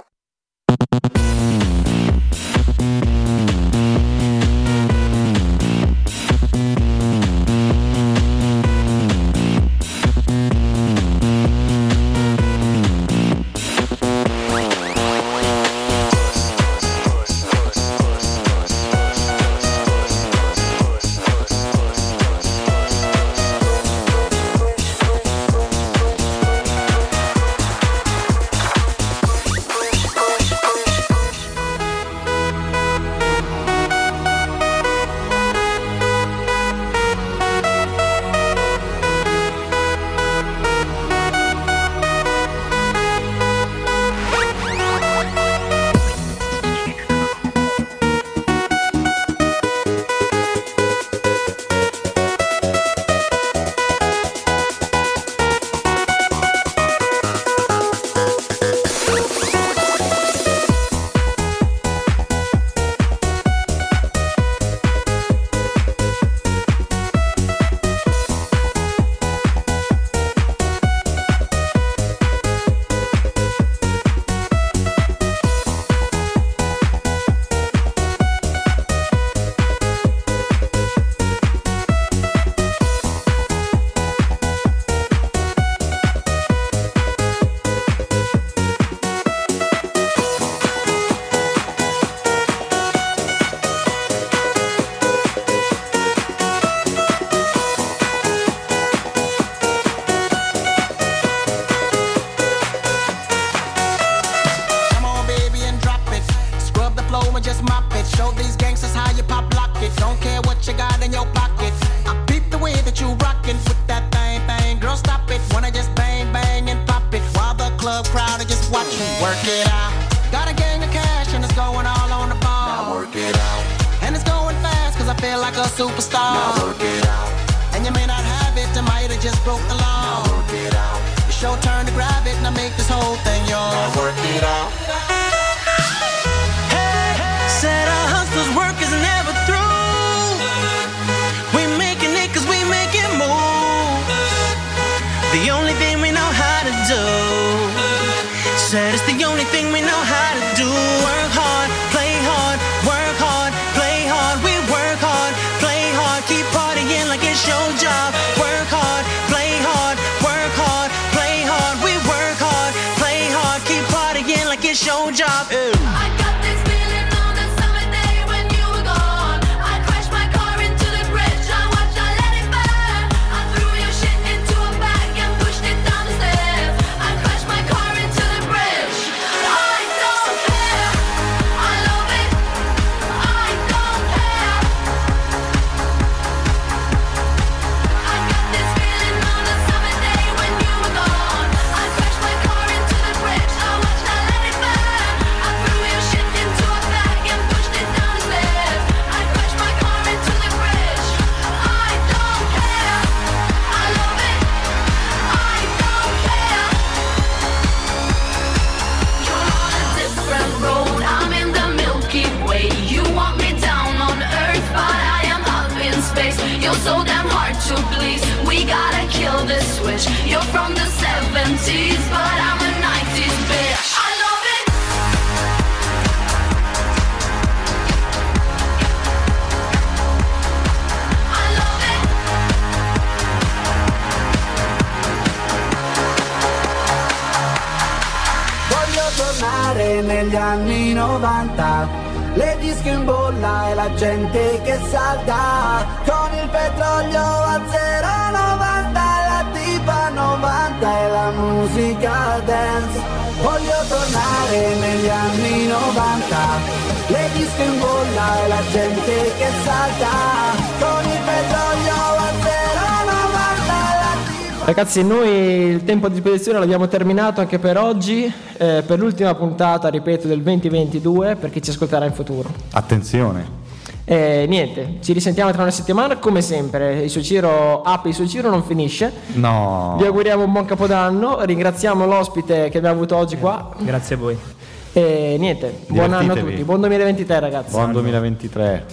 Negli anni 90 le disco in bolla e la gente che salta, con il petrolio a 0,90, la tipa 90 e la musica dance. Voglio tornare negli anni 90, le disco in bolla e la gente che salta, con il petrolio a 0,90 la tipa. Ragazzi, noi il tempo a disposizione l'abbiamo terminato anche per oggi, per l'ultima puntata, ripeto, del 2022, per chi ci ascolterà in futuro. Attenzione. Niente, ci risentiamo tra una settimana come sempre. Il suo giro non finisce. No. Vi auguriamo un buon capodanno, ringraziamo l'ospite che abbiamo avuto oggi qua. Grazie a voi. E niente, buon anno a Divertitevi. tutti, buon 2023 ragazzi. Buon 2023.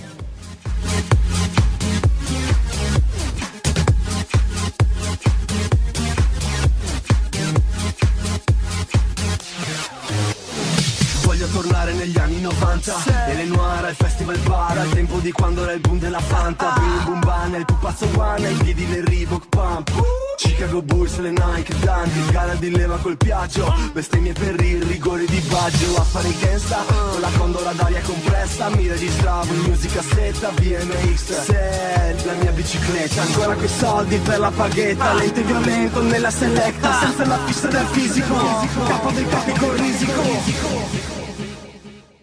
Voglio tornare negli anni 90 e le noir al festival bar, al tempo di quando era il boom della Fanta. Bim bum bam, il pupazzo one, ai piedi le Reebok Pump, Chicago Bulls, le Nike Dundee, gara di leva col Piaggio, bestemmie per il rigore di Baggio. A fare i gangsta con la condola d'aria compressa, mi registravo in musica cassetta BMX, set, la mia bicicletta, ancora quei soldi per la paghetta, lente violento nella selecta, senza la pista del fisico, capo dei capi col risico.